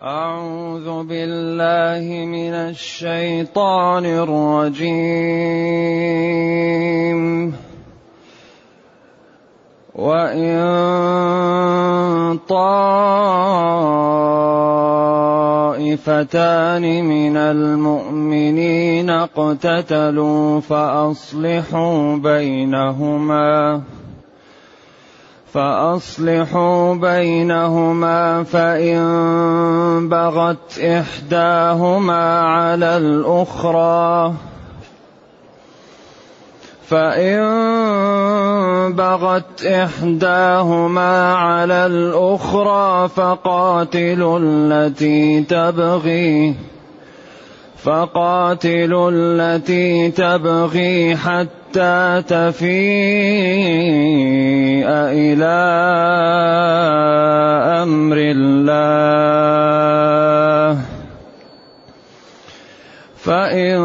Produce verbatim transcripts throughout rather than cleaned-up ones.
أعوذ بالله من الشيطان الرجيم. وإن طائفتان من المؤمنين اقتتلوا فأصلحوا بينهما فأصلحوا بينهما فإن بغت إحداهما على الأخرى فإن بغت إحداهما على الأخرى فقاتلوا التي تبغي فقاتلوا التي تبغي حتى تفيء إلى أمر الله فإن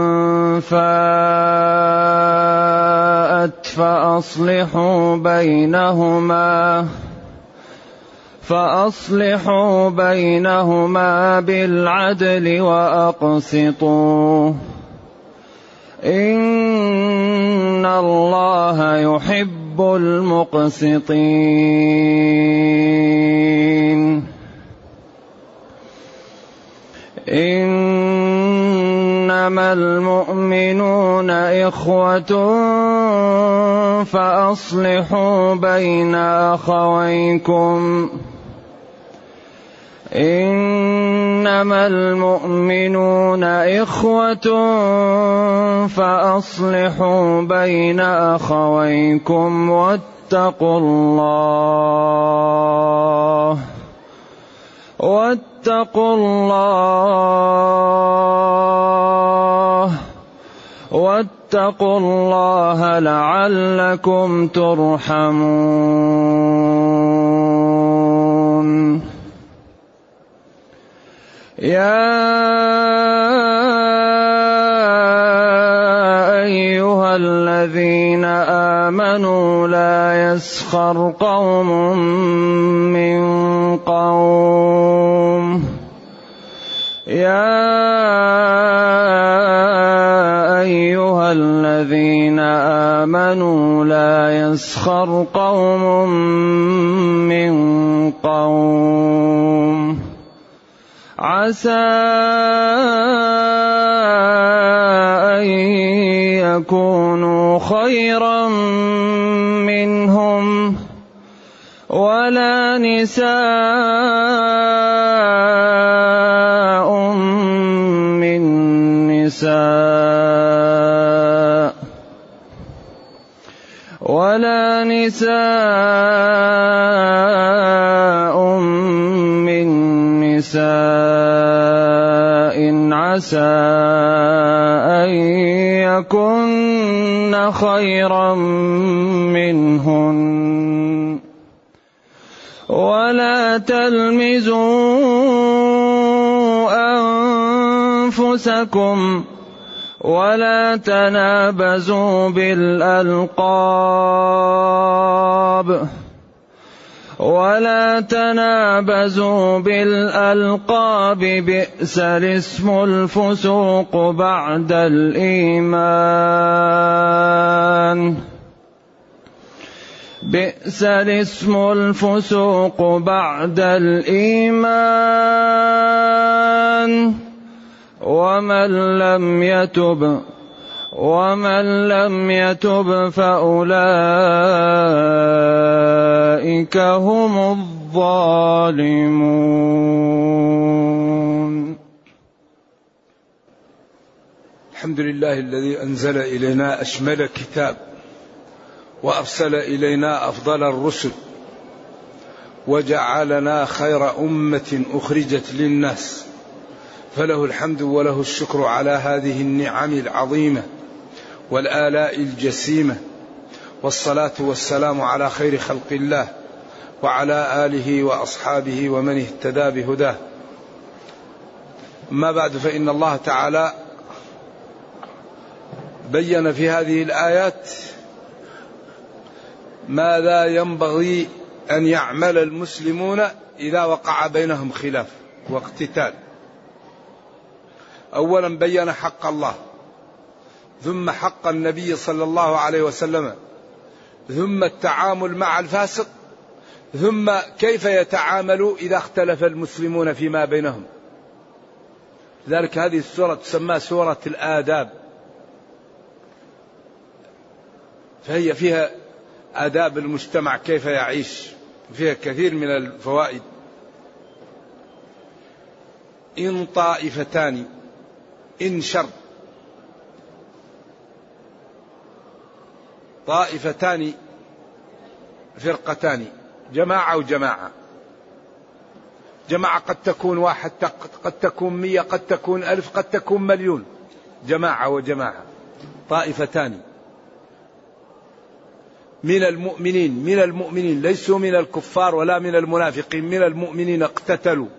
فاءت فأصلحوا بينهما فأصلحوا بينهما بالعدل وأقسطوا إن الله يحب المقسطين. إنما المؤمنون إخوة فأصلحوا بين أخويكم إنما المؤمنون إخوة فأصلحوا بين أخويكم واتقوا الله واتقوا الله واتقوا الله لعلكم ترحمون. يا أيها الذين آمنوا لا يسخر قوم من قوم يا أيها الذين آمنوا لا يسخر قوم من قوم عسى أن يكونوا خيرا منهم ولا نساء من نساء ولا نساء من نساء عسى أن يكن خيرا منهن ولا تلمزوا أنفسكم ولا تنابزوا بالألقاب ولا تنابزوا بالألقاب بئس الاسم الفسوق بعد الإيمان بئس الاسم الفسوق بعد الإيمان ومن لم يتب ومن لم يتب فأولئك هم الظالمون. الحمد لله الذي أنزل إلينا أشمل كتاب وأرسل إلينا أفضل الرسل وجعلنا خير أمة أخرجت للناس، فله الحمد وله الشكر على هذه النعم العظيمة والآلاء الجسيمة، والصلاة والسلام على خير خلق الله وعلى آله وأصحابه ومن اهتدى بهداه. أما بعد، فإن الله تعالى بين في هذه الآيات ماذا ينبغي أن يعمل المسلمون إذا وقع بينهم خلاف. واقتتال. أولا بين حق الله، ثم حق النبي صلى الله عليه وسلم، ثم التعامل مع الفاسق، ثم كيف يتعامل إذا اختلف المسلمون فيما بينهم. لذلك هذه السورة تسمى سورة الآداب، فهي فيها آداب المجتمع كيف يعيش، فيها كثير من الفوائد. إن طائفتان، إن شر، طائفتان فرقتان، جماعة وجماعة. جماعة قد تكون واحد، قد تكون مية، قد تكون ألف، قد تكون مليون. جماعة وجماعة. طائفتان من المؤمنين، من المؤمنين ليسوا من الكفار ولا من المنافقين، من المؤمنين اقتتلوا،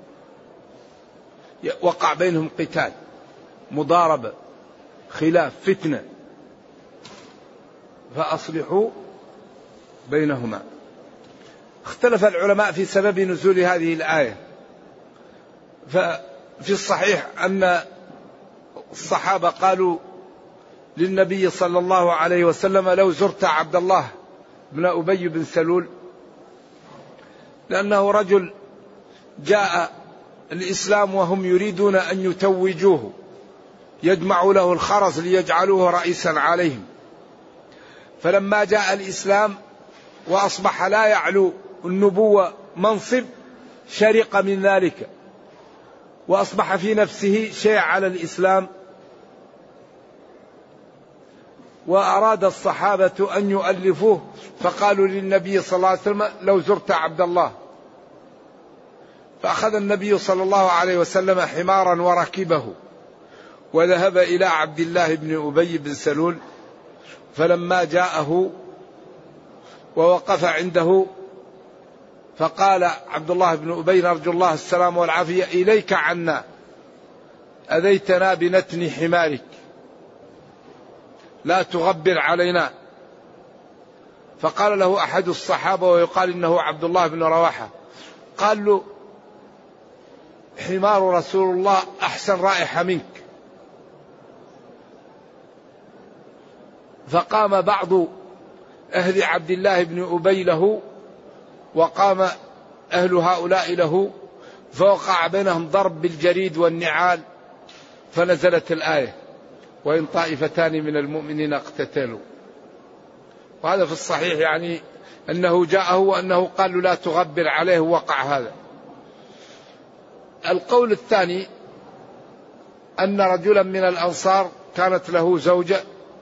وقع بينهم قتال، مضاربة، خلاف، فتنة، فأصلحوا بينهما. اختلف العلماء في سبب نزول هذه الآية. ففي الصحيح أن الصحابة قالوا للنبي صلى الله عليه وسلم: لو زرت عبد الله بن أبي بن سلول، لأنه رجل جاء الإسلام وهم يريدون أن يتوجوه، يجمعوا له الخرز ليجعلوه رئيسا عليهم. فلما جاء الإسلام وأصبح لا يعلو النبوة منصب، شرق من ذلك، وأصبح في نفسه شيء على الإسلام. وأراد الصحابة أن يؤلفوه، فقالوا للنبي صلى الله عليه وسلم: لو زرت عبد الله. فأخذ النبي صلى الله عليه وسلم حمارا وركبه وذهب إلى عبد الله بن أبي بن سلول. فلما جاءه ووقف عنده فقال عبد الله بن أبي: نرجو الله السلام والعافية، إليك عنا، أذيتنا بنتن حمارك، لا تغبر علينا. فقال له أحد الصحابة ويقال إنه عبد الله بن رواحة، قال له: حمار رسول الله أحسن رائحة منك. فقام بعض أهل عبد الله بن أبي له، وقام أهل هؤلاء له، فوقع بينهم ضرب بالجريد والنعال، فنزلت الآية: وإن طائفتان من المؤمنين اقتتلوا. وهذا في الصحيح، يعني أنه جاءه وأنه قال له: لا تغبر عليه، وقع هذا. القول الثاني أن رجلا من الأنصار كانت له زوجة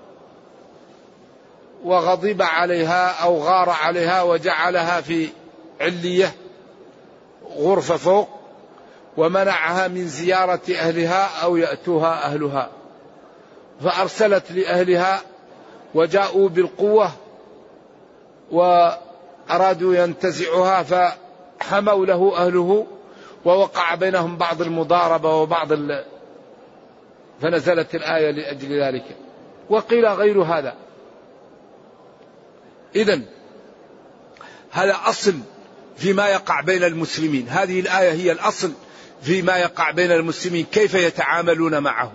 وغضب عليها أو غار عليها وجعلها في علية، غرفة فوق، ومنعها من زيارة أهلها أو يأتوها أهلها. فأرسلت لأهلها وجاءوا بالقوة وأرادوا ينتزعها، فحموا له أهله، ووقع بينهم بعض المضاربة وبعض ال... فنزلت الآية لأجل ذلك. وقيل غير هذا. إذن هذا أصل فيما يقع بين المسلمين، هذه الآية هي الأصل فيما يقع بين المسلمين، كيف يتعاملون معه.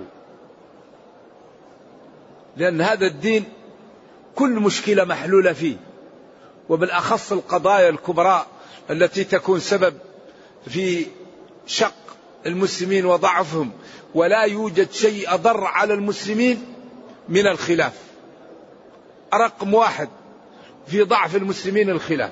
لأن هذا الدين كل مشكلة محلولة فيه، وبالأخص القضايا الكبرى التي تكون سبب في شق المسلمين وضعفهم. ولا يوجد شيء أضر على المسلمين من الخلاف. رقم واحد في ضعف المسلمين الخلاف.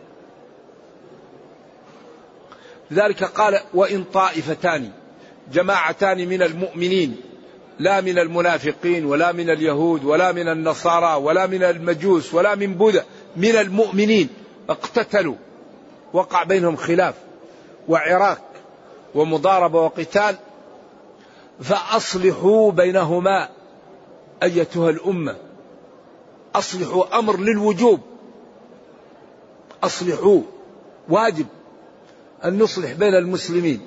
لذلك قال: وإن طائفتان، جماعتان من المؤمنين، لا من المنافقين ولا من اليهود ولا من النصارى ولا من المجوس ولا من بوذا، من المؤمنين اقتتلوا، وقع بينهم خلاف وعراك ومضاربة وقتال، فأصلحوا بينهما أيتها الأمة. أصلحوا أمر للوجوب، أصلحوا، واجب أن نصلح بين المسلمين.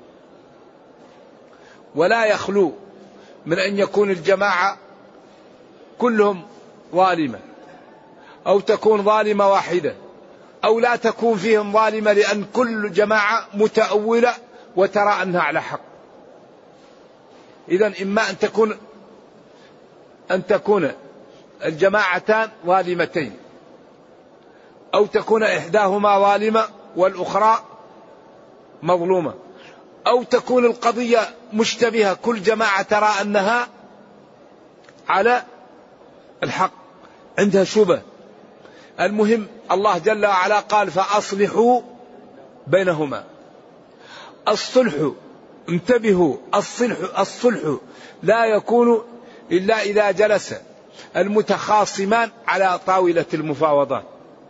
ولا يخلو من أن يكون الجماعة كلهم ظالمة، أو تكون ظالمة واحدة، أو لا تكون فيهم ظالمة، لأن كل جماعة متأولة وترى أنها على حق. إذن إما أن تكون أن تكون الجماعتان ظالمتين، أو تكون إحداهما ظالمة والأخرى مظلومة، أو تكون القضية مشتبهة، كل جماعة ترى أنها على الحق، عندها شبه. المهم الله جل وعلا قال فأصلحوا بينهما. الصلح، انتبهوا، الصلح الصلح لا يكون إلا إذا جلس المتخاصمان على طاولة المفاوضات.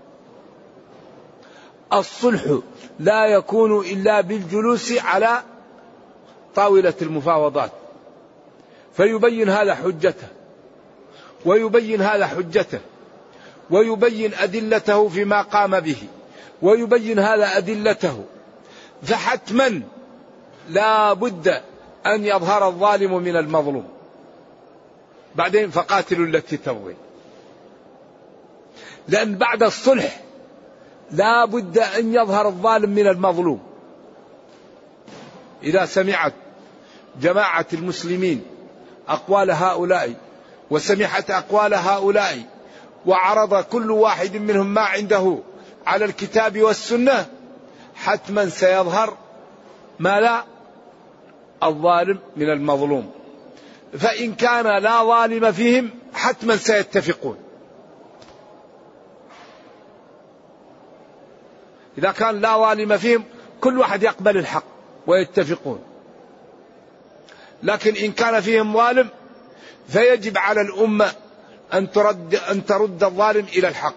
الصلح لا يكون إلا بالجلوس على طاولة المفاوضات، فيبين هذا حجته ويبين هذا حجته ويبين أدلته فيما قام به ويبين هذا أدلته. فحتما لا بد أن يظهر الظالم من المظلوم. بعدين فقاتلوا التي تبغي، لأن بعد الصلح لا بد أن يظهر الظالم من المظلوم. إذا سمعت جماعة المسلمين أقوال هؤلاء وسمعت أقوال هؤلاء وعرض كل واحد منهم ما عنده على الكتاب والسنة، حتما سيظهر ما لا الظالم من المظلوم. فإن كان لا ظالم فيهم حتما سيتفقون. إذا كان لا ظالم فيهم كل واحد يقبل الحق ويتفقون. لكن إن كان فيهم ظالم فيجب على الأمة أن ترد أن ترد الظالم إلى الحق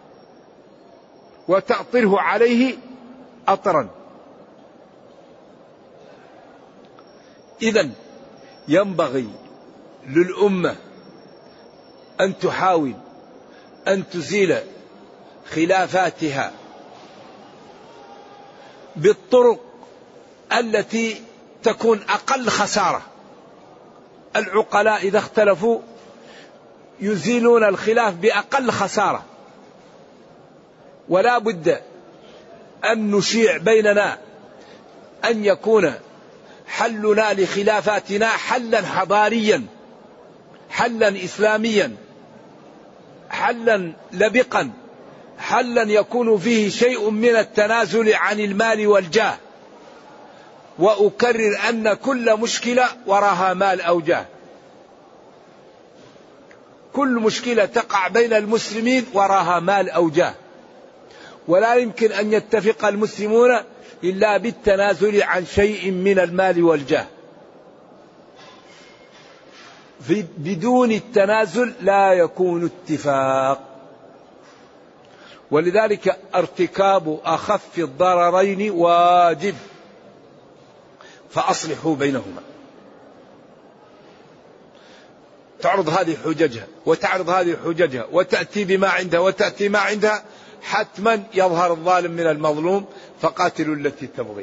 وتأطره عليه أطرا. إذن ينبغي للأمة أن تحاول أن تزيل خلافاتها بالطرق التي تكون أقل خسارة. العقلاء إذا اختلفوا يزيلون الخلاف بأقل خسارة، ولا بد أن نشيع بيننا أن يكون حلنا لخلافاتنا حلا حضاريا، حلا إسلاميا، حلا لبقا، حلا يكون فيه شيء من التنازل عن المال والجاه. وأكرر أن كل مشكلة وراها مال أو جاه. كل مشكلة تقع بين المسلمين وراها مال أو جاه، ولا يمكن أن يتفق المسلمون إلا بالتنازل عن شيء من المال والجاه. بدون التنازل لا يكون اتفاق. ولذلك ارتكاب أخف الضررين واجب، فأصلحوا بينهما. تعرض هذه حججها وتعرض هذه حججها وتأتي بما عندها وتأتي ما عندها، حتما يظهر الظالم من المظلوم. فقاتلوا التي تبغي.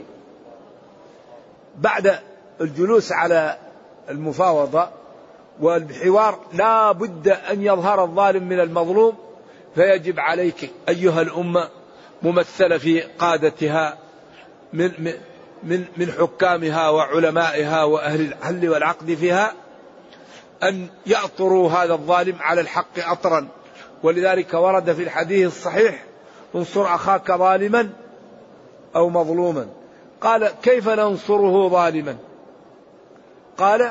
بعد الجلوس على المفاوضة والحوار لا بد أن يظهر الظالم من المظلوم. فيجب عليك أيها الأمة ممثلة في قادتها من من من حكامها وعلمائها وأهل الحل والعقد فيها أن يأطروا هذا الظالم على الحق أطرا. ولذلك ورد في الحديث الصحيح: انصر أخاك ظالما أو مظلوما. قال: كيف ننصره ظالما؟ قال: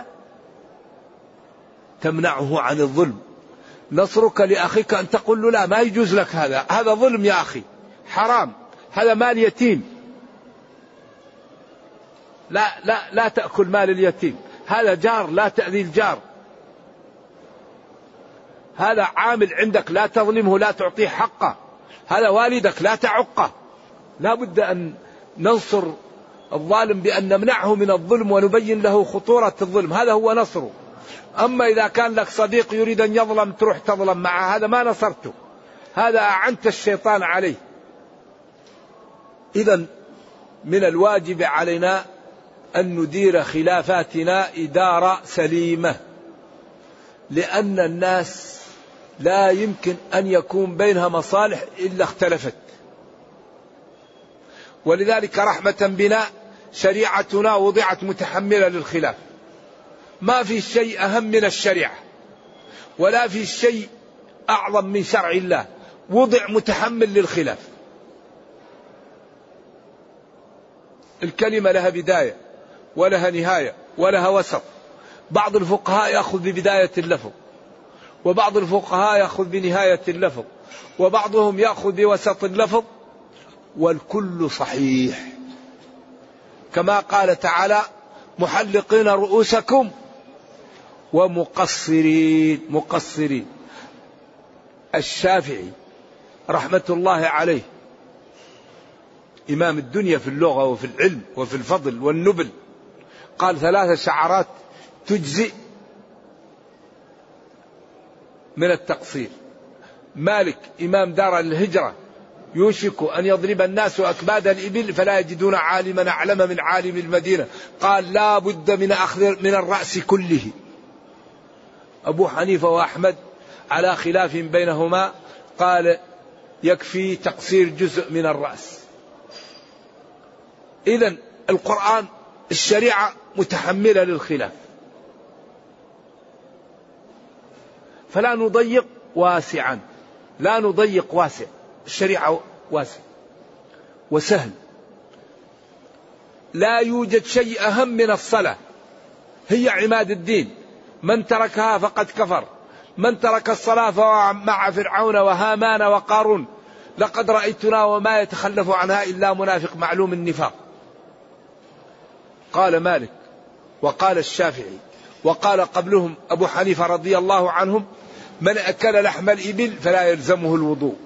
تمنعه عن الظلم. نصرك لأخيك أن تقول له: لا، ما يجوز لك هذا، هذا ظلم يا أخي، حرام، هذا مال يتيم، لا لا لا تأكل مال اليتيم، هذا جار لا تأذي الجار، هذا عامل عندك لا تظلمه، لا تعطيه حقه، هذا والدك لا تعقه. لا بد أن ننصر الظالم بأن نمنعه من الظلم ونبين له خطورة الظلم، هذا هو نصره. أما إذا كان لك صديق يريد أن يظلم تروح تظلم معه، هذا ما نصرته، هذا أعنت الشيطان عليه. إذن من الواجب علينا أن ندير خلافاتنا إدارة سليمة، لأن الناس لا يمكن أن يكون بينها مصالح إلا اختلفت. ولذلك رحمة بنا شريعتنا وضعت متحملة للخلاف، ما في شيء أهم من الشريعة ولا في شيء أعظم من شرع الله، وضع متحمل للخلاف. الكلمة لها بداية ولها نهاية ولها وسط. بعض الفقهاء يأخذ ببداية اللفظ، وبعض الفقهاء يأخذ بنهاية اللفظ، وبعضهم يأخذ بوسط اللفظ، والكل صحيح. كما قال تعالى: محلقين رؤوسكم ومقصرين. مقصرين. الشافعي رحمة الله عليه إمام الدنيا في اللغة وفي العلم وفي الفضل والنبل، قال: ثلاث شعرات تجزئ من التقصير. مالك إمام دار الهجرة يوشك أن يضرب الناس أكباد الإبل فلا يجدون عالما أعلم من عالم المدينة، قال: لا بد من أخذ من الرأس كله. أبو حنيفة وأحمد على خلاف بينهما، قال: يكفي تقصير جزء من الرأس. إذن القرآن الشريعة متحملة للخلاف، فلا نضيق واسعا، لا نضيق واسع. الشريعة واسع وسهل. لا يوجد شيء أهم من الصلاة، هي عماد الدين، من تركها فقد كفر. من ترك الصلاة فهو مع فرعون وهامان وقارون، لقد رأيتنا وما يتخلف عنها إلا منافق معلوم النفاق. قال مالك وقال الشافعي وقال قبلهم أبو حنيفة رضي الله عنهم: من أكل لحم الإبل فلا يلزمه الوضوء.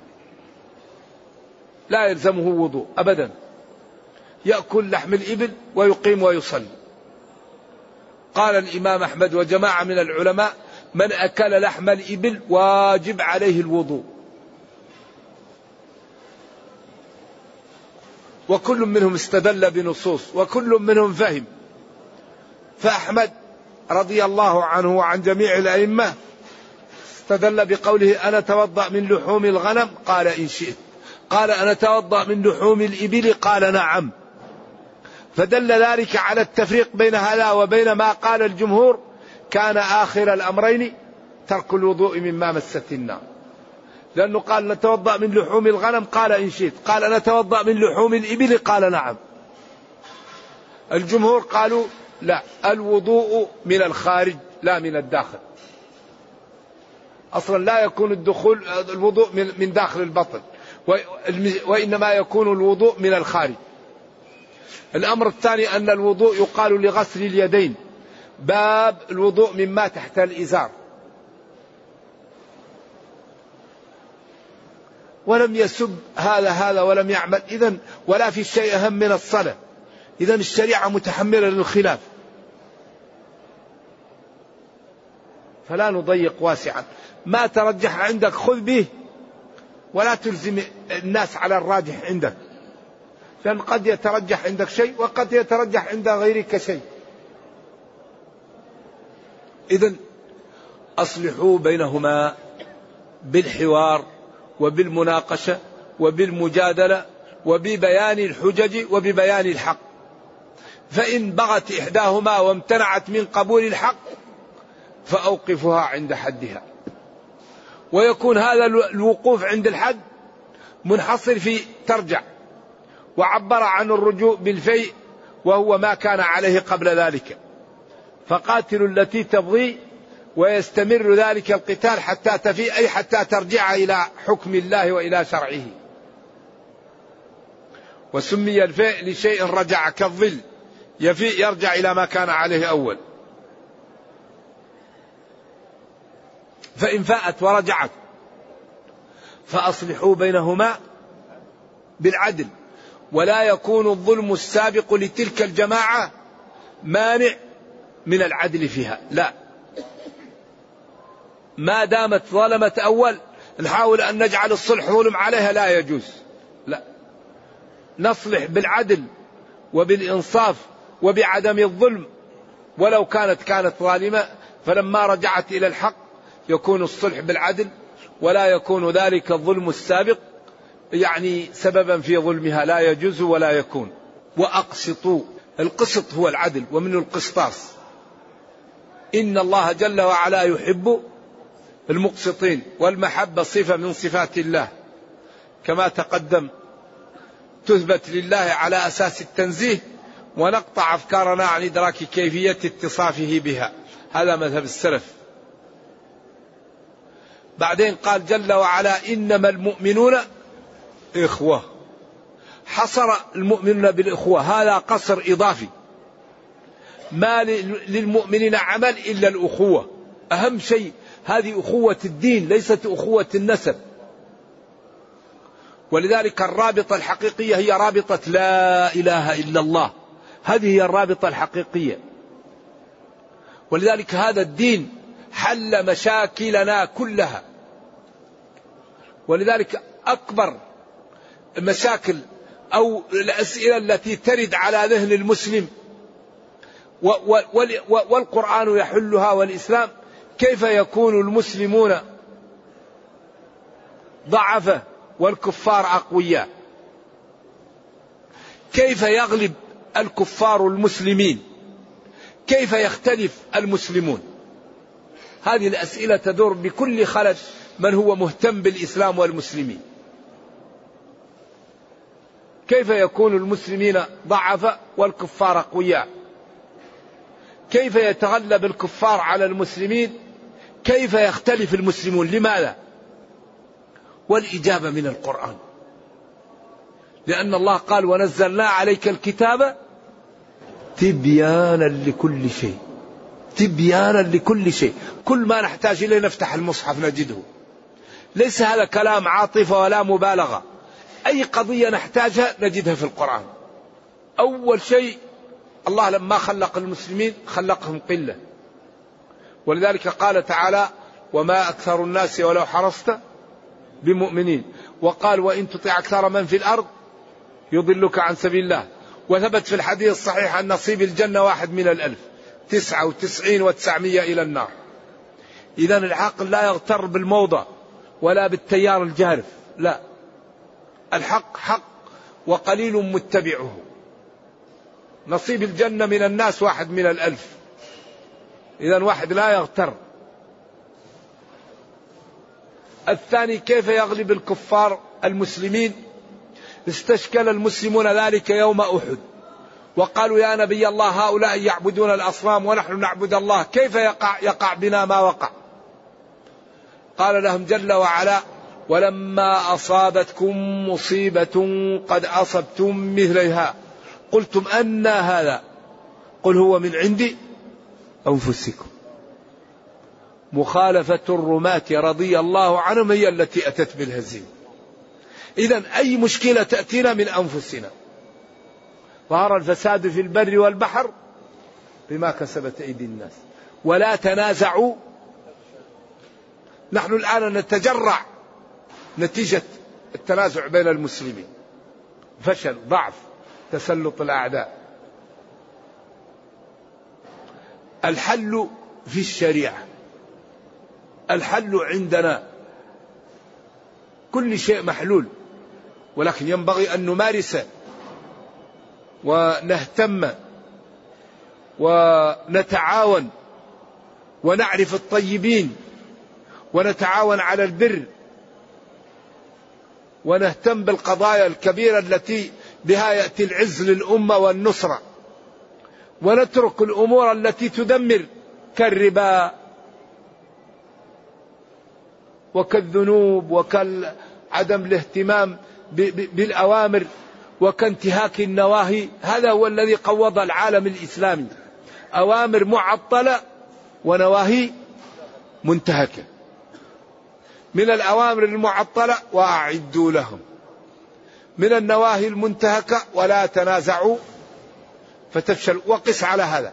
لا يلزمه الوضوء أبدا، يأكل لحم الإبل ويقيم ويصلي. قال الإمام أحمد وجماعة من العلماء: من أكل لحم الإبل واجب عليه الوضوء. وكل منهم استدل بنصوص وكل منهم فهم. فأحمد رضي الله عنه وعن جميع الأئمة استدل بقوله: أنا أتوضأ من لحوم الغنم، قال: إن شئت. قال: أنا أتوضأ من لحوم الإبل، قال: نعم. فدل ذلك على التفريق بين هذا وبين ما قال الجمهور: كان آخر الأمرين ترك الوضوء مما مست النار. لأنه قال: نتوضأ من لحوم الغنم، قال: إن شئت. قال: أنا أتوضأ من لحوم الإبل، قال: نعم. الجمهور قالوا: لا، الوضوء من الخارج لا من الداخل. أصلا لا يكون الدخول الوضوء من داخل البطن، وإنما يكون الوضوء من الخارج. الأمر الثاني أن الوضوء يقال لغسل اليدين، باب الوضوء مما تحت الإزار. ولم يسب هذا هذا ولم يعمل، إذن ولا في شيء أهم من الصلاة. إذن الشريعة متحملة للخلاف، فلا نضيق واسعا. ما ترجح عندك خذ به، ولا تلزم الناس على الراجح عندك، لأن قد يترجح عندك شيء وقد يترجح عند غيرك شيء. إذن أصلحوا بينهما بالحوار وبالمناقشة وبالمجادلة وببيان الحجج وببيان الحق. فإن بغت إحداهما وامتنعت من قبول الحق فأوقفها عند حدها. ويكون هذا الوقوف عند الحد منحصر في ترجع، وعبر عن الرجوع بالفيء وهو ما كان عليه قبل ذلك. فقاتلوا التي تبغي ويستمر ذلك القتال حتى تفيء، أي حتى ترجع إلى حكم الله وإلى شرعه. وسمي الفيء لشيء رجع كالظل يفيء، يرجع إلى ما كان عليه أول. فإن فاءت ورجعت فأصلحوا بينهما بالعدل، ولا يكون الظلم السابق لتلك الجماعة مانع من العدل فيها، لا. ما دامت ظلمت أول نحاول أن نجعل الصلح ظلم عليها، لا يجوز، لا. نصلح بالعدل وبالإنصاف وبعدم الظلم، ولو كانت كانت ظالمة، فلما رجعت إلى الحق يكون الصلح بالعدل، ولا يكون ذلك الظلم السابق يعني سببا في ظلمها، لا يجوز ولا يكون. وأقسطوا. القسط هو العدل ومنه القسطاس. إن الله جل وعلا يحب المقسطين، والمحبة صفة من صفات الله كما تقدم، تثبت لله على أساس التنزيه، ونقطع أفكارنا عن إدراك كيفية اتصافه بها. هذا مذهب السلف. بعدين قال جل وعلا إنما المؤمنون إخوة، حصر المؤمنون بالإخوة، هذا قصر إضافي. ما للمؤمنين عمل إلا الأخوة، أهم شيء هذه أخوة الدين ليست أخوة النسب. ولذلك الرابطة الحقيقية هي رابطة لا إله إلا الله، هذه هي الرابطة الحقيقية. ولذلك هذا الدين حل مشاكلنا كلها. ولذلك أكبر المشاكل أو الأسئلة التي ترد على ذهن المسلم والقرآن يحلها والإسلام: كيف يكون المسلمون ضعفة والكفار أقوياء؟ كيف يغلب الكفار المسلمين؟ كيف يختلف المسلمون؟ هذه الأسئلة تدور بكل خلل من هو مهتم بالإسلام والمسلمين. كيف يكون المسلمين ضعفاء والكفار أقوياء؟ كيف يتغلب الكفار على المسلمين؟ كيف يختلف المسلمون؟ لماذا؟ والإجابة من القرآن، لأن الله قال: ونزلنا عليك الكتاب تبيانا لكل شيء. تبيانا لكل شيء، كل ما نحتاج إليه نفتح المصحف نجده. ليس هذا كلام عاطفة ولا مبالغة، أي قضية نحتاجها نجدها في القرآن. أول شيء الله لما خلق المسلمين خلقهم قلة، ولذلك قال تعالى: وما أكثر الناس ولو حرصت بمؤمنين. وقال: وإن تطع أكثر من في الأرض يضلك عن سبيل الله. وثبت في الحديث الصحيح أن نصيب الجنة واحد من الألف، تسعة وتسعين وتسعمية إلى النار. إذن العقل لا يغتر بالموضع ولا بالتيار الجارف، لا، الحق حق وقليل متبعه. نصيب الجنة من الناس واحد من الألف، إذن واحد لا يغتر. الثاني: كيف يغلب الكفار المسلمين؟ استشكل المسلمون ذلك يوم أحد، وقالوا: يا نبي الله، هؤلاء يعبدون الأصنام ونحن نعبد الله، كيف يقع, يقع بنا ما وقع؟ قال لهم جل وعلا: ولما أصابتكم مصيبة قد أصبتم مثلها قلتم أنى هذا، قل هو من عند أنفسكم. مخالفة الرماة رضي الله عنهم هي التي أتت بالهزيمة. إذن أي مشكلة تأتينا من أنفسنا. ظهر الفساد في البر والبحر بما كسبت أيدي الناس ولا تنازعوا. نحن الآن نتجرع نتيجة التنازع بين المسلمين، فشل، ضعف، تسلط الأعداء. الحل في الشريعة، الحل عندنا، كل شيء محلول، ولكن ينبغي أن نمارسه ونهتم ونتعاون ونعرف الطيبين ونتعاون على البر ونهتم بالقضايا الكبيرة التي بها يأتي العز للأمة والنصرة، ونترك الأمور التي تدمر كالربا وكالذنوب وكالعدم الاهتمام بالأوامر وكانتهاك النواهي. هذا هو الذي قوض العالم الإسلامي، أوامر معطلة ونواهي منتهكة. من الأوامر المعطلة: وأعدوا لهم. من النواهي المنتهكة: ولا تنازعوا فتفشل. وقس على هذا.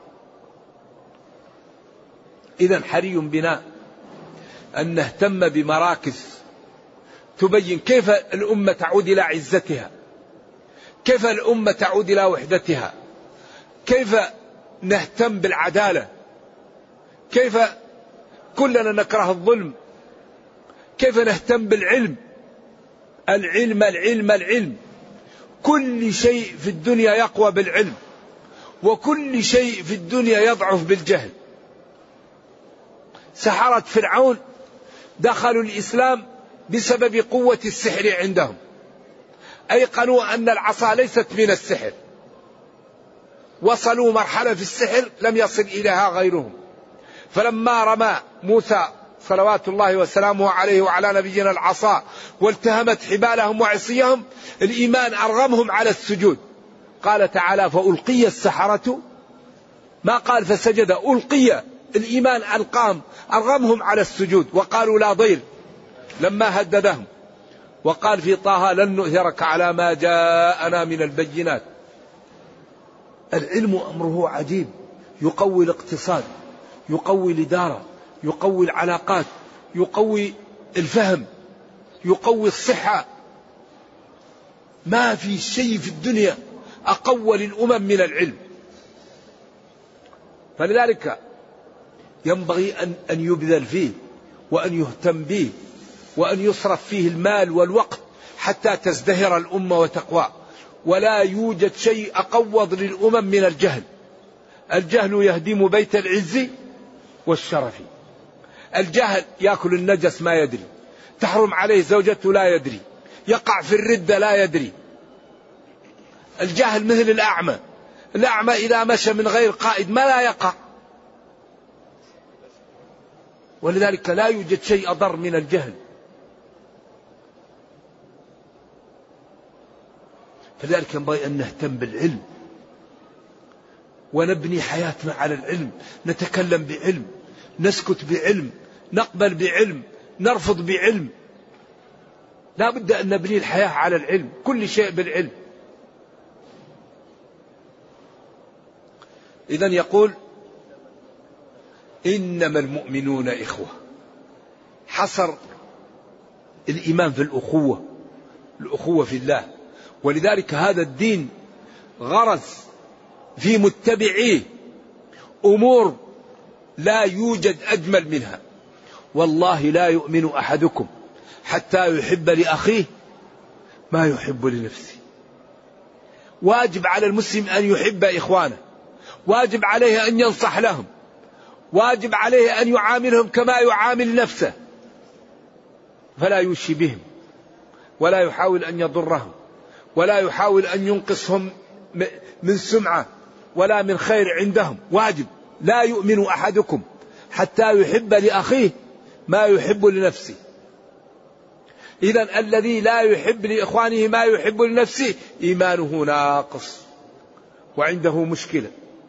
إذن حري بنا أن نهتم بمراكز تبين كيف الأمة تعود إلى عزتها، كيف الأمة تعود إلى وحدتها، كيف نهتم بالعدالة، كيف كلنا نكره الظلم، كيف نهتم بالعلم. العلم العلم العلم. كل شيء في الدنيا يقوى بالعلم، وكل شيء في الدنيا يضعف بالجهل. سحرة فرعون دخلوا الإسلام بسبب قوة السحر عندهم، أيقنوا أن العصا ليست من السحر، وصلوا مرحلة في السحر لم يصل إليها غيرهم. فلما رمى موسى صلوات الله وسلامه عليه وعلى نبينا العصا والتهمت حبالهم وعصيهم، الإيمان أرغمهم على السجود. قال تعالى فألقي السحرة، ما قال فسجد، ألقي، الإيمان ألقام أرغمهم على السجود، وقالوا لا ضير لما هددهم. وقال في طه لن نؤثرك على ما جاءنا من البينات. العلم أمره عجيب، يقوي الاقتصاد، يقوي الإدارة، يقوي العلاقات، يقوي الفهم، يقوي الصحة. ما في شيء في الدنيا أقوى للأمم من العلم. فلذلك ينبغي أن أن يبذل فيه وأن يهتم به وأن يصرف فيه المال والوقت حتى تزدهر الأمة وتقوى. ولا يوجد شيء أقوض للأمم من الجهل. الجهل يهدم بيت العز والشرف. الجهل يأكل النجس ما يدري، تحرم عليه زوجته لا يدري، يقع في الردة لا يدري. الجهل مثل الأعمى، الأعمى إذا مشى من غير قائد ما لا يقع. ولذلك لا يوجد شيء أضر من الجهل. فلذلك ينبغي أن نهتم بالعلم ونبني حياتنا على العلم، نتكلم بعلم، نسكت بعلم، نقبل بعلم، نرفض بعلم. لا بد أن نبني الحياة على العلم، كل شيء بالعلم. إذن يقول إنما المؤمنون إخوة، حصر الإيمان في الأخوة، الأخوة في الله. ولذلك هذا الدين غرز في متبعيه أمور لا يوجد أجمل منها. والله لا يؤمن أحدكم حتى يحب لأخيه ما يحب لنفسه. واجب على المسلم أن يحب إخوانه، واجب عليه أن ينصح لهم، واجب عليه أن يعاملهم كما يعامل نفسه، فلا يوشي بهم ولا يحاول أن يضرهم ولا يحاول أن ينقصهم من سمعة ولا من خير عندهم. واجب. لا يؤمن أحدكم حتى يحب لأخيه ما يحب لنفسه. إذن الذي لا يحب لإخوانه ما يحب لنفسه إيمانه ناقص وعنده مشكلة.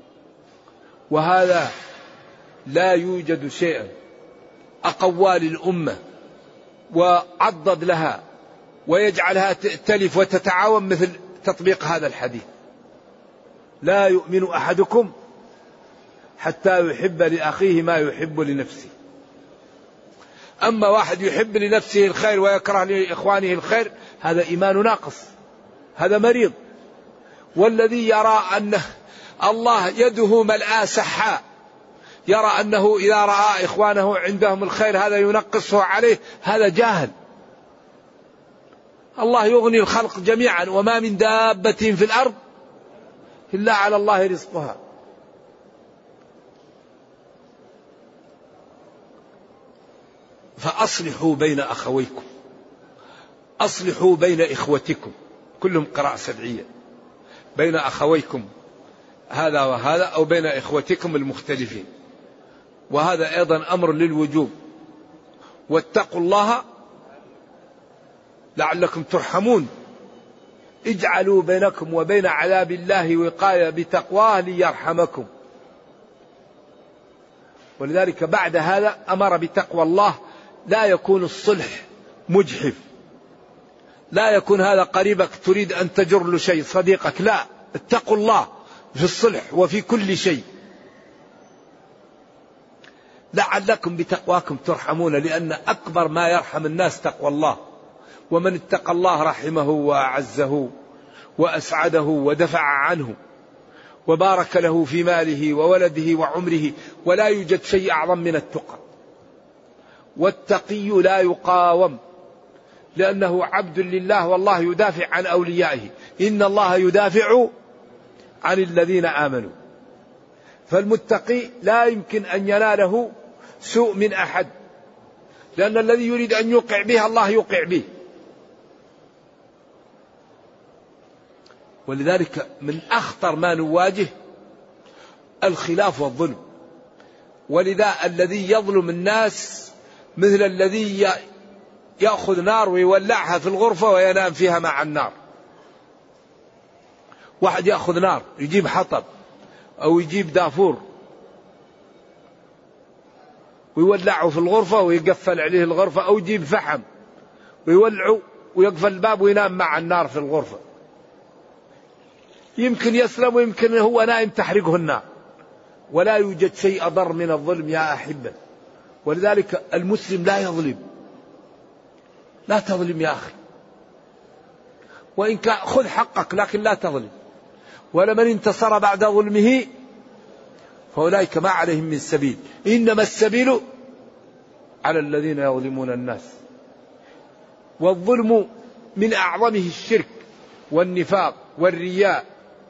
وهذا لا يوجد شيئا أقوى للأمة وعضد لها ويجعلها تلف وتتعاون مثل تطبيق هذا الحديث. لا يؤمن أحدكم حتى يحب لأخيه ما يحب لنفسه. أما واحد يحب لنفسه الخير ويكره لإخوانه الخير، هذا إيمان ناقص، هذا مريض. والذي يرى أن الله يده ملآ سحاء، يرى أنه إذا رأى إخوانه عندهم الخير هذا ينقصه عليه، هذا جاهل. الله يغني الخلق جميعا وما من دابة في الأرض إلا على الله رزقها. فأصلحوا بين أخويكم، أصلحوا بين إخوتكم، كلهم قراءة سبعية، بين أخويكم هذا وهذا أو بين إخوتكم المختلفين. وهذا أيضا أمر للوجوب. واتقوا الله لعلكم ترحمون، اجعلوا بينكم وبين عذاب الله وقاية بتقواه ليرحمكم. ولذلك بعد هذا أمر بتقوى الله. لا يكون الصلح مجحف، لا يكون هذا قريبك تريد أن تجر له شيء صديقك، لا، اتقوا الله في الصلح وفي كل شيء لعلكم بتقواكم ترحمون. لأن أكبر ما يرحم الناس تقوى الله، ومن اتقى الله رحمه وأعزه وأسعده ودفع عنه وبارك له في ماله وولده وعمره. ولا يوجد شيء أعظم من التقى. والتقي لا يقاوم، لأنه عبد لله والله يدافع عن أوليائه، إن الله يدافع عن الذين آمنوا. فالمتقي لا يمكن أن يناله سوء من أحد، لأن الذي يريد أن يوقع به الله يوقع به. ولذلك من أخطر ما نواجه الخلاف والظلم. ولذا الذي يظلم الناس مثل الذي يأخذ نار ويولعها في الغرفة وينام فيها مع النار. واحد يأخذ نار يجيب حطب أو يجيب دافور ويولعه في الغرفة ويقفل عليه الغرفة، أو يجيب فحم ويولعه ويقفل الباب وينام مع النار في الغرفة. يمكن يسلم ويمكن هو نائم تحرقه النار. ولا يوجد شيء أضر من الظلم يا أحبة. ولذلك المسلم لا يظلم. لا تظلم يا أخي، وإن كان خذ حقك لكن لا تظلم. ولمن انتصر بعد ظلمه فأولئك ما عليهم من سبيل، إنما السبيل على الذين يظلمون الناس. والظلم من أعظمه الشرك والنفاق والرياء.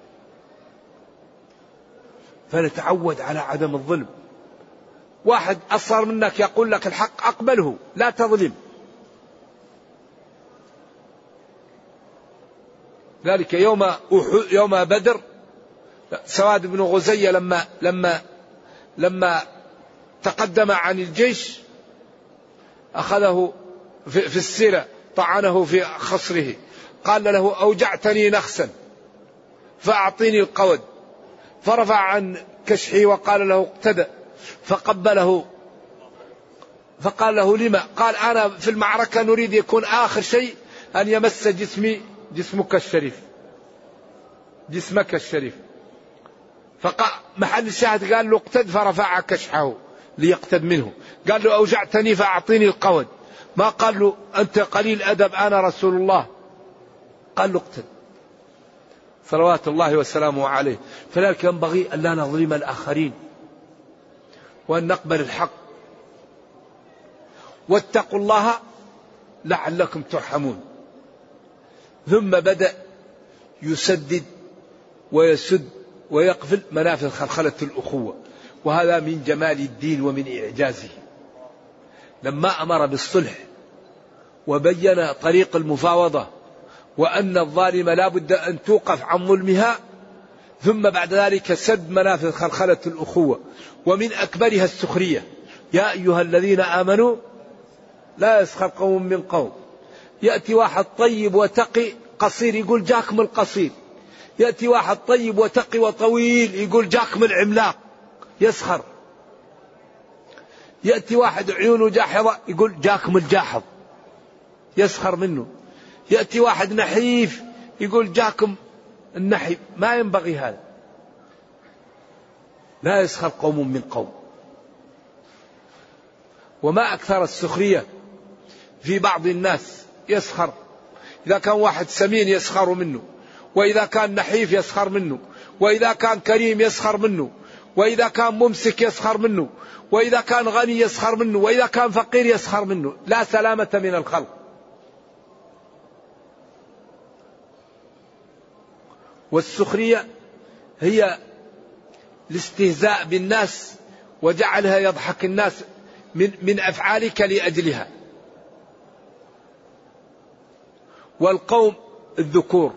فنتعود على عدم الظلم. واحد أصغر منك يقول لك الحق أقبله، لا تظلم. ذلك يوم يوم بدر سواد بن غزية لما لما لما تقدم عن الجيش أخذه في, في السيرة، طعنه في خصره، قال له أوجعتني نخسا فأعطيني القود، فرفع عن كشحه وقال له اقتدى، فقبله فقال له لما؟ قال أنا في المعركة نريد يكون آخر شيء أن يمس جسمي جسمك الشريف، جسمك الشريف. فمحل الشاهد قال له اقتد، فرفع كشحه ليقتد منه. قال له أوجعتني فأعطيني القود، ما قال له أنت قليل أدب أنا رسول الله، قال له اقتد صلوات الله وسلامه عليه. فلذلك ينبغي أن لا نظلم الآخرين وأن نقبل الحق. واتقوا الله لعلكم ترحمون. ثم بدأ يسدد ويسد ويقفل منافذ خلخلة الأخوة، وهذا من جمال الدين ومن إعجازه. لما أمر بالصلح وبين طريق المفاوضة وأن الظالم لا بد أن توقف عن ظلمها، ثم بعد ذلك سد منافذ خلخلة الأخوة، ومن أكبرها السخرية. يا أيها الذين آمنوا لا يسخر قوم من قوم. يأتي واحد طيب وتقي قصير يقول جاكم القصير، يأتي واحد طيب وتقي وطويل يقول جاكم العملاق، يسخر. يأتي واحد عيونه جاحظة يقول جاكم الجاحظ، يسخر منه. يأتي واحد نحيف يقول جاكم النحيف. ما ينبغي هذا. لا يسخر قوم من قوم. وما أكثر السخرية في بعض الناس، يسخر. إذا كان واحد سمين يسخر منه، وإذا كان نحيف يسخر منه، وإذا كان كريم يسخر منه، وإذا كان ممسك يسخر منه، وإذا كان غني يسخر منه، وإذا كان فقير يسخر منه. لا سلامة من الخلق. والسخرية هي الاستهزاء بالناس وجعلها يضحك الناس من, من أفعالك لأجلها. والقوم الذكور.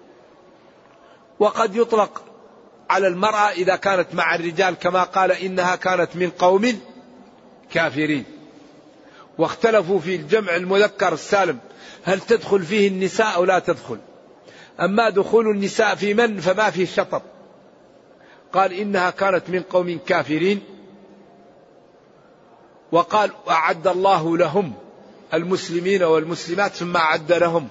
وقد يطلق على المرأة إذا كانت مع الرجال، كما قال إنها كانت من قوم كافرين. واختلفوا في الجمع المذكر السالم هل تدخل فيه النساء أو لا تدخل. أما دخول النساء في من فما فيه شطط. قال إنها كانت من قوم كافرين، وقال أعد الله لهم المسلمين والمسلمات ثم أعد لهم.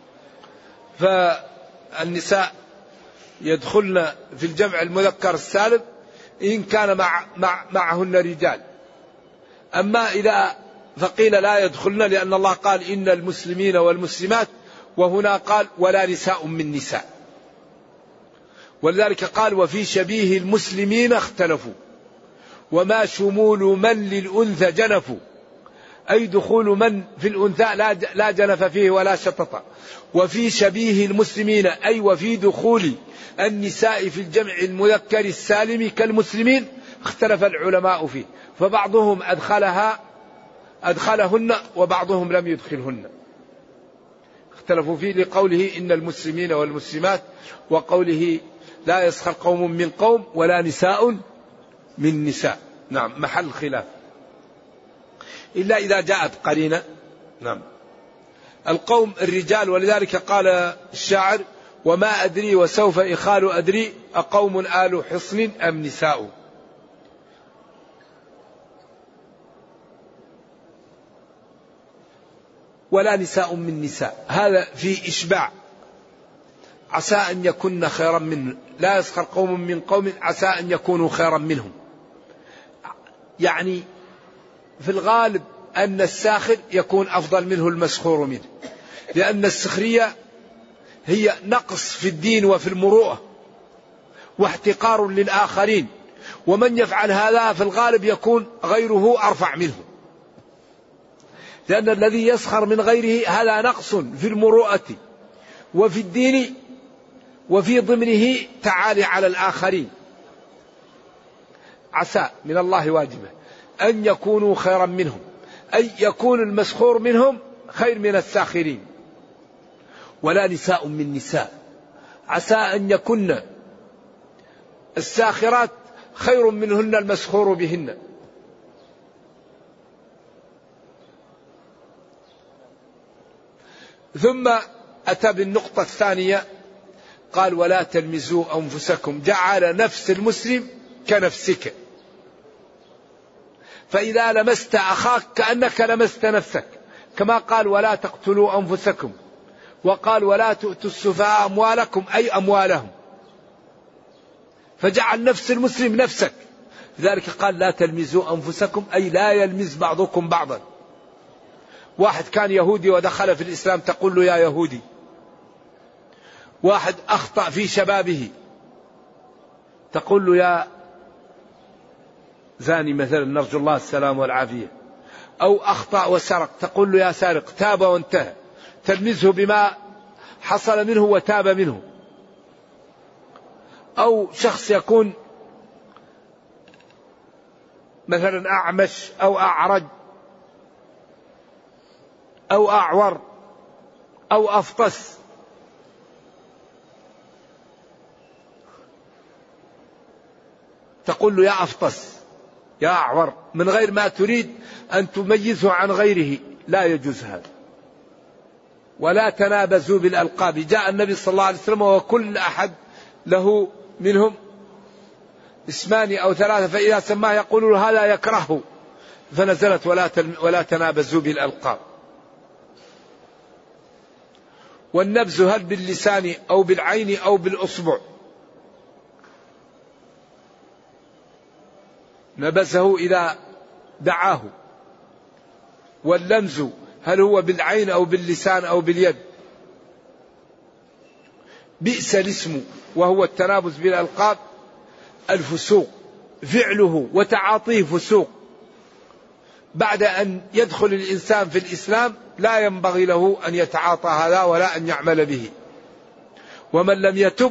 فالنساء يدخلن في الجمع المذكر السالم إن كان مع مع معهن رجال. أما إذا فقيل لا يدخلن، لأن الله قال إن المسلمين والمسلمات، وهنا قال ولا نساء من نساء. ولذلك قال وفي شبيه المسلمين اختلفوا، وما شمول من للأنثى جنفوا، أي دخول من في الأنثى لا جنف فيه ولا شطط. وفي شبيه المسلمين أي وفي دخول النساء في الجمع المذكر السالم كالمسلمين اختلف العلماء فيه، فبعضهم أدخلها أدخلهن وبعضهم لم يدخلهن، اختلفوا فيه لقوله إن المسلمين والمسلمات، وقوله لا يسخر قوم من قوم ولا نساء من نساء. نعم، محل خلاف إلا إذا جاءت قرينة. نعم. القوم الرجال، ولذلك قال الشاعر وما أدري وسوف إخال أدري أقوم آل حصن أم نساء. ولا نساء من نساء، هذا في إشباع، عسى أن يكون خيرا منه، لا يسخر قوم من قوم عسى أن يكونوا خيرا منهم. يعني في الغالب أن الساخر يكون أفضل منه المسخور منه، لأن السخرية هي نقص في الدين وفي المروءة واحتقار للآخرين، ومن يفعل هذا في الغالب يكون غيره أرفع منه، لأن الذي يسخر من غيره هذا نقص في المروءة وفي الدين وفي ضمنه تعالي على الآخرين. عسى من الله واجبة أن يكونوا خيرا منهم، أي يكون المسخور منهم خير من الساخرين. ولا نساء من نساء، عسى أن يكن الساخرات خير منهن المسخور بهن. ثم أتى بالنقطة الثانية قال ولا تلمزوا أنفسكم، جعل نفس المسلم كنفسك، فإذا لمست أخاك كأنك لمست نفسك، كما قال ولا تقتلوا أنفسكم، وقال ولا تؤتوا السفهاء أموالكم أي أموالهم، فجعل نفس المسلم نفسك. لذلك قال لا تلمزوا أنفسكم أي لا يلمز بعضكم بعضا. واحد كان يهودي ودخل في الإسلام تقول له يا يهودي، واحد أخطأ في شبابه تقول له يا زاني مثلا، نرجو الله السلام والعافية، أو أخطأ وسرق تقول له يا سارق، تاب وانتهى، تلمزه بما حصل منه وتاب منه. أو شخص يكون مثلا أعمش أو أعرج أو أعور أو أفطس، تقول له يا أفطس يا أعور من غير ما تريد أن تميزه عن غيره، لا يجوز هذا. ولا تنابزوا بالألقاب، جاء النبي صلى الله عليه وسلم وكل أحد له منهم اسمان أو ثلاثة، فإذا سماه يقول له هذا يكرهه، فنزلت ولا ولا تنابزوا بالألقاب. والنبز هل باللسان أو بالعين أو بالأصبع، نبزه إذا دعاه. واللمز هل هو بالعين أو باللسان أو باليد. بئس الاسم وهو التنابز بالألقاب الفسوق، فعله وتعاطيه فسوق. بعد أن يدخل الإنسان في الإسلام لا ينبغي له أن يتعاطى هذا ولا أن يعمل به. ومن لم يتب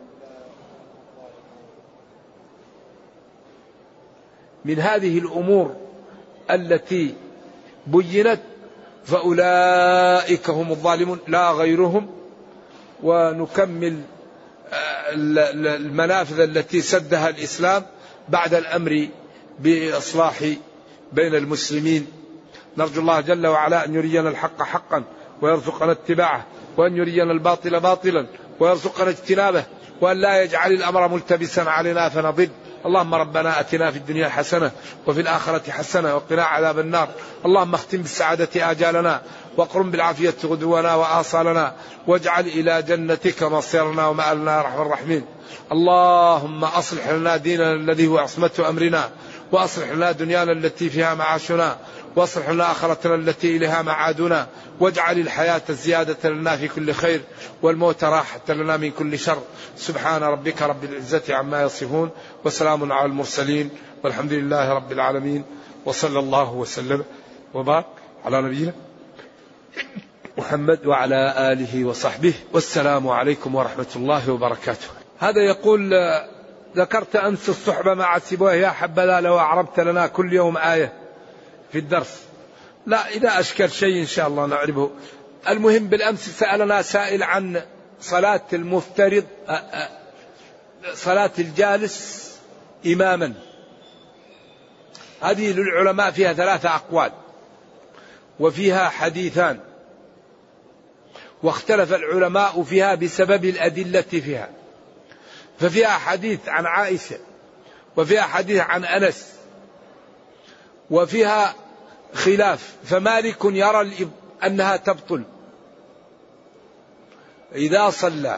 من هذه الأمور التي بينت فأولئك هم الظالمون لا غيرهم. ونكمل المنافذ التي سدها الإسلام بعد الأمر بإصلاح بين المسلمين. نرجو الله جل وعلا أن يرينا الحق حقا ويرزقنا اتباعه، وأن يرينا الباطل باطلا ويرزقنا اجتنابه، وأن لا يجعل الأمر ملتبسا علينا فنضل. اللهم ربنا أتنا في الدنيا حسنة وفي الآخرة حسنة وقنا عذاب النار. اللهم اختم بالسعادة آجالنا واقرم بالعافية غدونا وآصالنا، واجعل إلى جنتك مصيرنا ومآلنا يا أرحم الراحمين. اللهم أصلح لنا ديننا الذي هو عصمة أمرنا، وأصلح لنا دنيانا التي فيها معاشنا، واصلح لنا آخرتنا التي إليها معادنا، واجعل الحياة زيادة لنا في كل خير والموت راحة لنا من كل شر. سبحان ربك رب العزة عما يصفون وسلام على المرسلين والحمد لله رب العالمين، وصلى الله وسلم وبارك. على نبينا محمد وعلى آله وصحبه، والسلام عليكم ورحمة الله وبركاته. هذا يقول: ذكرت أمس الصحبة مع سيبويه، يا حبذا لو أعربت لنا كل يوم آية في الدرس. لا، إذا أشكل شيء إن شاء الله نعربه. المهم بالأمس سألنا سائل عن صلاة المفترض، صلاة الجالس إماما. هذه للعلماء فيها ثلاثة أقوال وفيها حديثان، واختلف العلماء فيها بسبب الأدلة فيها. ففيها حديث عن عائشة، وفيها حديث عن أنس، وفيها خلاف. فمالك يرى أنها تبطل إذا صلى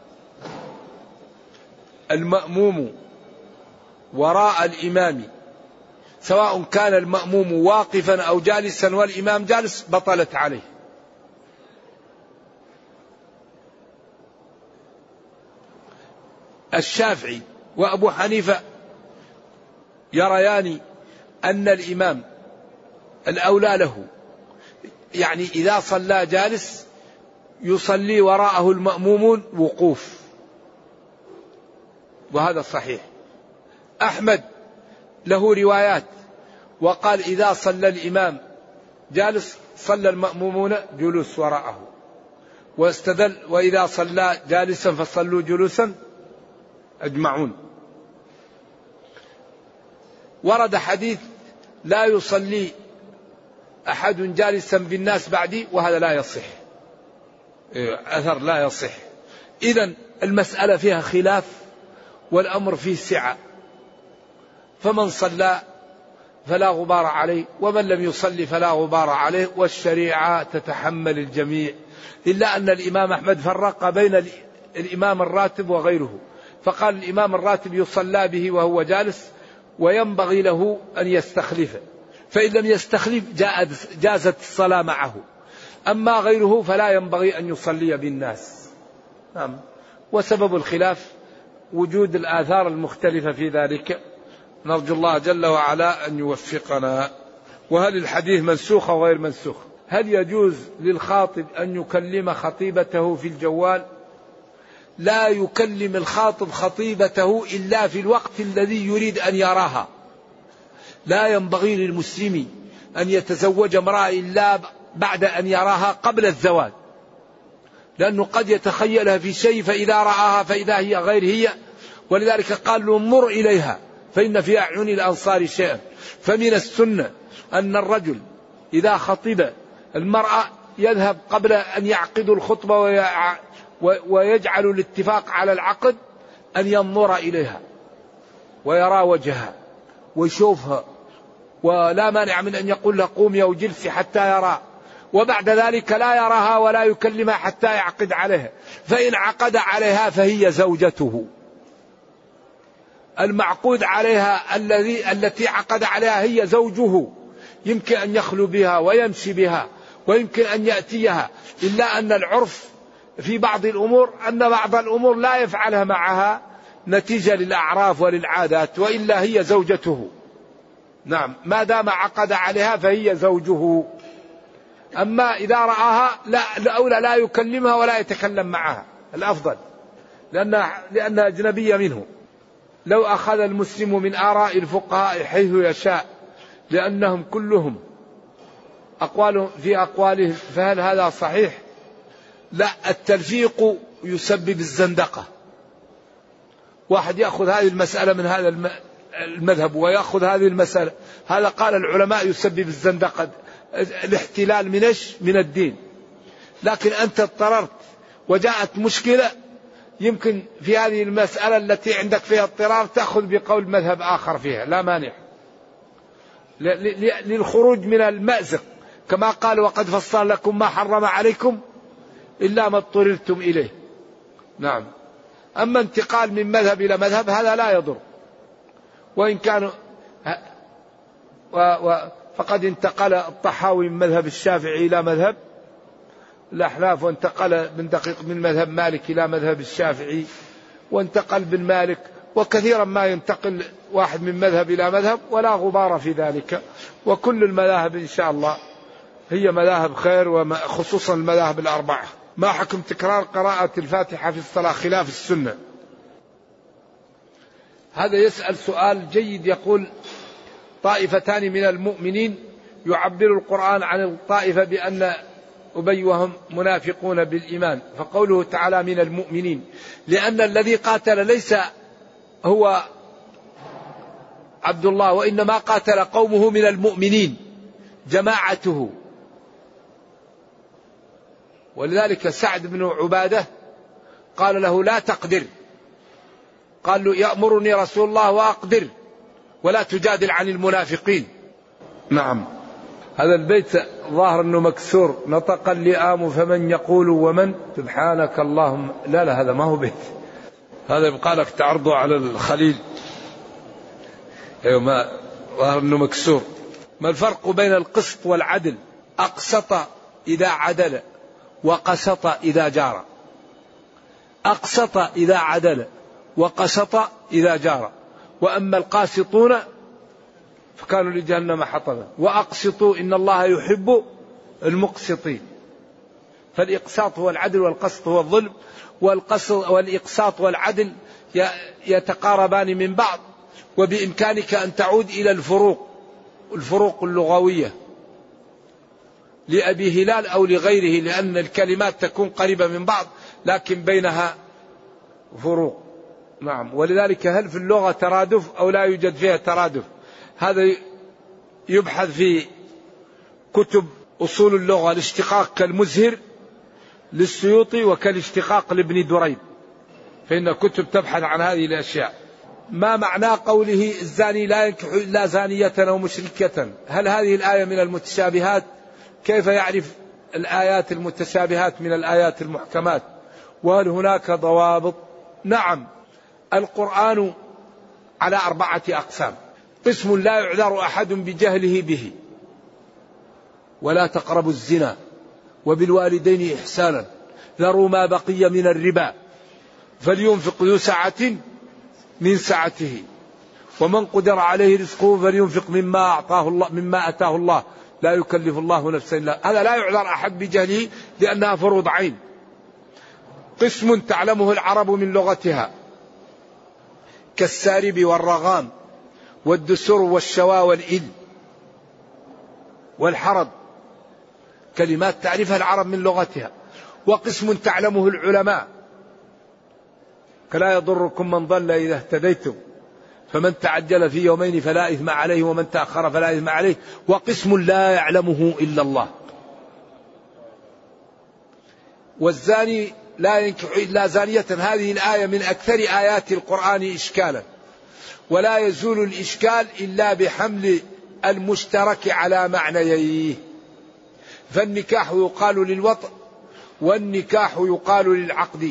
المأموم وراء الإمام، سواء كان المأموم واقفا أو جالسا والإمام جالس، بطلت عليه. الشافعي وأبو حنيفة يريان أن الإمام الأولى له، يعني إذا صلى جالس يصلي وراءه المأمومون وقوف، وهذا صحيح. أحمد له روايات وقال إذا صلى الإمام جالس صلى المأمومون جلوس وراءه، واستدل وإذا صلى جالسا فصلوا جلوسا أجمعون. ورد حديث لا يصلي أحد جالسا بالناس بعدي، وهذا لا يصح، أثر لا يصح. إذن المسألة فيها خلاف والأمر فيه سعة، فمن صلى فلا غبار عليه، ومن لم يصلي فلا غبار عليه، والشريعة تتحمل الجميع. إلا أن الإمام أحمد فرق بين الإمام الراتب وغيره، فقال الإمام الراتب يصلى به وهو جالس، وينبغي له أن يستخلفه، فإن لم يستخلف جازت الصلاة معه. أما غيره فلا ينبغي أن يصلي بالناس. نعم. وسبب الخلاف وجود الآثار المختلفة في ذلك، نرجو الله جل وعلا أن يوفقنا. وهل الحديث منسوخ أو غير منسوخ؟ هل يجوز للخاطب أن يكلم خطيبته في الجوال؟ لا يكلم الخاطب خطيبته إلا في الوقت الذي يريد أن يراها. لا ينبغي للمسلم أن يتزوج امرأة إلا بعد أن يراها قبل الزواج، لأنه قد يتخيلها في شيء فإذا رآها فإذا هي غير هي، ولذلك قال له انظر إليها فإن في أعين الأنصار شيئا. فمن السنة أن الرجل إذا خطب المرأة يذهب قبل أن يعقد الخطبة ويجعل الاتفاق على العقد أن ينظر إليها ويرى وجهها ويشوفها، ولا مانع من أن يقول له قومي أو جلسي حتى يرى، وبعد ذلك لا يراها ولا يكلمها حتى يعقد عليها. فإن عقد عليها فهي زوجته. المعقود عليها الذي التي عقد عليها هي زوجه، يمكن أن يخلو بها ويمشي بها ويمكن أن يأتيها، إلا أن العرف في بعض الأمور أن بعض الأمور لا يفعلها معها نتيجة للأعراف وللعادات، وإلا هي زوجته. نعم، ما دام عقد عليها فهي زوجه. أما إذا رآها لا الأولى لا يكلمها ولا يتكلم معها، الأفضل، لأنها, لأنها أجنبية منه. لو أخذ المسلم من آراء الفقهاء حيث يشاء، لأنهم كلهم أقوالهم في أقوالهم، فهل هذا صحيح؟ لا، التلفيق يسبب الزندقة. واحد يأخذ هذه المسألة من هذا المذهب ويأخذ هذه المسألة، هذا قال العلماء يسبب الزندقة، الاحتلال من ايش؟ من الدين. لكن أنت اضطررت وجاءت مشكلة، يمكن في هذه المسألة التي عندك فيها اضطرار تأخذ بقول مذهب آخر فيها، لا مانع، للخروج من المأزق، كما قال وقد فصل لكم ما حرم عليكم إلا ما اضطررتم إليه. نعم. أما انتقال من مذهب إلى مذهب هذا لا يضر، وإن كانوا و و فقد انتقل الطحاوي من مذهب الشافعي إلى مذهب الأحناف، وانتقل من دقيق من مذهب مالك إلى مذهب الشافعي، وانتقل بن مالك، وكثيرا ما ينتقل واحد من مذهب إلى مذهب، ولا غبار في ذلك. وكل المذاهب إن شاء الله هي مذاهب خير، وخصوصا المذاهب الأربعة. ما حكم تكرار قراءة الفاتحة في الصلاة خلاف السنة؟ هذا يسأل سؤال جيد، يقول: طائفتان من المؤمنين يعبر القرآن عن الطائفة بأن أبي وهم منافقون بالإيمان، فقوله تعالى من المؤمنين، لأن الذي قاتل ليس هو عبد الله، وإنما قاتل قومه من المؤمنين جماعته. ولذلك سعد بن عبادة قال له: لا تقدر. قال له: يأمرني رسول الله وأقدر، ولا تجادل عن المنافقين. نعم. هذا البيت ظاهر أنه مكسور: نطق اللئام فمن يقول ومن سبحانك اللهم. لا لا، هذا ما هو بيت، هذا يبقى لك تعرضه على الخليل. أيوة، ما ظاهر أنه مكسور. ما الفرق بين القسط والعدل؟ أقسط إذا عدل، وقسط إذا جار. أقسط إذا عدل، وقسط إذا جار. وأما القاسطون فكانوا لجهنم حطبا، وأقسطوا إن الله يحب المقسطين. فالإقساط هو العدل، والقسط هو الظلم. والإقساط والعدل يتقاربان من بعض، وبإمكانك أن تعود إلى الفروق الفروق اللغوية لأبي هلال أو لغيره، لأن الكلمات تكون قريبة من بعض لكن بينها فروق. نعم. ولذلك هل في اللغة ترادف أو لا يوجد فيها ترادف؟ هذا يبحث في كتب أصول اللغة. الاشتقاق كالمزهر للسيوطي وكالاشتقاق لابن دريد، فإن كتب تبحث عن هذه الأشياء. ما معنى قوله: الزاني لا ينكح إلا زانية أو مشركة؟ هل هذه الآية من المتشابهات؟ كيف يعرف الآيات المتشابهات من الآيات المحكمات؟ وهل هناك ضوابط؟ نعم. القرآن على أربعة أقسام: قسم لا يعذر أحد بجهله به، ولا تقربوا الزنا، وبالوالدين إحسانا، ذروا ما بقي من الربا، فلينفق ذو سعة من سعته، ومن قدر عليه رزقه فلينفق مما أعطاه الله مما أتاه الله، لا يكلف الله نفسا إلا. هذا لا يعذر أحد بجهله لأنها فروض عين. قسم تعلمه العرب من لغتها كالسارب والرغام والدسر والشوا والإل والحرب، كلمات تعرفها العرب من لغتها. وقسم تعلمه العلماء كلا يضركم من ضل إذا اهتديتم، فمن تعجل في يومين فلا إثم عليه، ومن تأخر فلا إثم عليه. وقسم لا يعلمه إلا الله. والزاني لا ينكح إلا زانية، هذه الآية من أكثر آيات القرآن إشكالا، ولا يزول الإشكال إلا بحمل المشترك على معنييه. فالنكاح يقال للوطء، والنكاح يقال للعقد،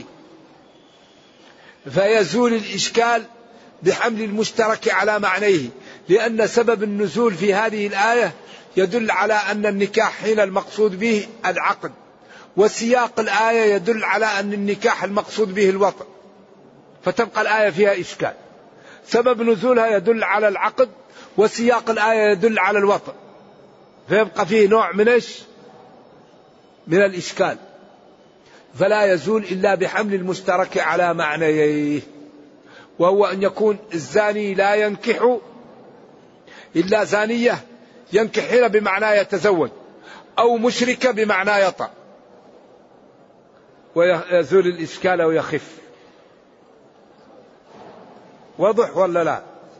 فيزول الإشكال بحمل المشترك على معنيه، لأن سبب النزول في هذه الآية يدل على أن النكاح حين المقصود به العقد، وسياق الآية يدل على أن النكاح المقصود به الوطء، فتبقى الآية فيها إشكال. سبب نزولها يدل على العقد، وسياق الآية يدل على الوطء، فيبقى فيه نوع من إيش؟ من الإشكال. فلا يزول إلا بحمل المشترك على معنيه، وهو أن يكون الزاني لا ينكح إلا زانية، ينكح هنا بمعنى يتزوج، أو مشركة بمعنى يطأ، ويزول الإشكال ويخف. واضح ولا لا؟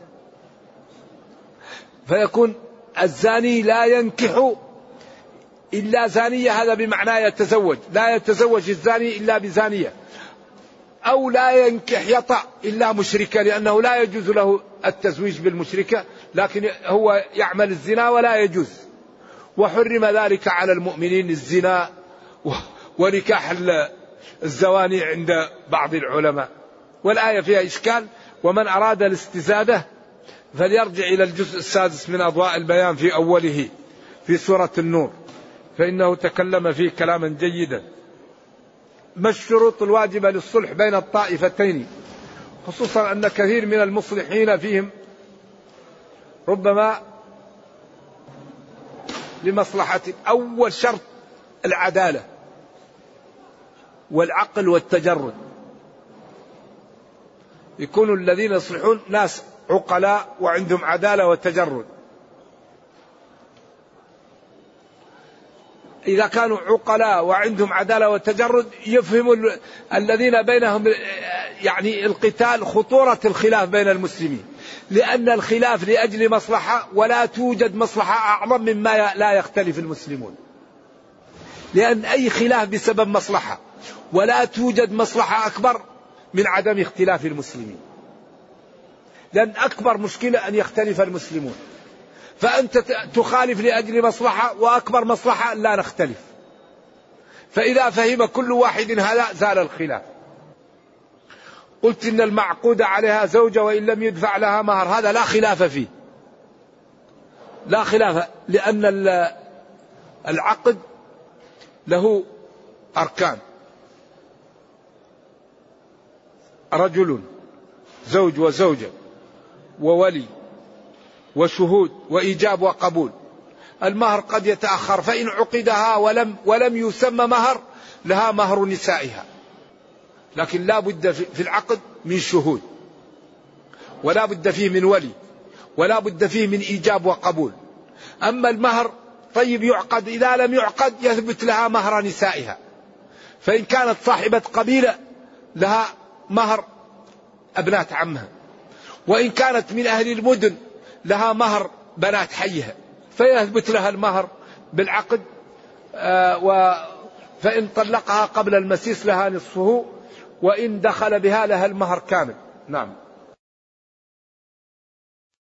فيكون الزاني لا ينكح إلا زانية، هذا بمعنى يتزوج، لا يتزوج الزاني إلا بزانية. أو لا ينكح يطأ إلا مشركة، لأنه لا يجوز له التزويج بالمشركة، لكن هو يعمل الزنا ولا يجوز. وحرم ذلك على المؤمنين الزنا ونكاح الزواني عند بعض العلماء. والآية فيها إشكال، ومن أراد الاستزادة فليرجع إلى الجزء السادس من أضواء البيان في أوله في سورة النور، فإنه تكلم فيه كلاما جيدا. ما الشروط الواجبة للصلح بين الطائفتين، خصوصا أن كثير من المصلحين فيهم ربما لمصلحة. أول شرط العدالة والعقل والتجرد، يكونوا الذين يصلحون ناس عقلاء وعندهم عدالة وتجرد. إذا كانوا عقلاء وعندهم عدالة وتجرد يفهموا الذين بينهم يعني القتال خطورة الخلاف بين المسلمين، لأن الخلاف لأجل مصلحة، ولا توجد مصلحة أعظم مما لا يختلف المسلمون، لأن أي خلاف بسبب مصلحة، ولا توجد مصلحة أكبر من عدم اختلاف المسلمين، لأن أكبر مشكلة أن يختلف المسلمون، فأنت تخالف لأجل مصلحة، وأكبر مصلحة أن لا نختلف. فإذا فهم كل واحد هذا زال الخلاف. قلت إن المعقود عليها زوجة وإن لم يدفع لها مهر، هذا لا خلاف فيه، لا خلاف، لأن العقد له أركان: رجل زوج وزوجة وولي وشهود وإيجاب وقبول. المهر قد يتأخر، فإن عقدها ولم ولم يسمى مهر لها مهر نسائها، لكن لا بد في العقد من شهود، ولا بد فيه من ولي، ولا بد فيه من إيجاب وقبول. أما المهر طيب يعقد، إذا لم يعقد يثبت لها مهر نسائها، فإن كانت صاحبة قبيلة لها مهر أبنات عمها، وإن كانت من أهل المدن لها مهر بنات حيها، فيثبت لها المهر بالعقد. آه و فإن طلقها قبل المسيس لها نصفه، وإن دخل بها لها المهر كامل. نعم.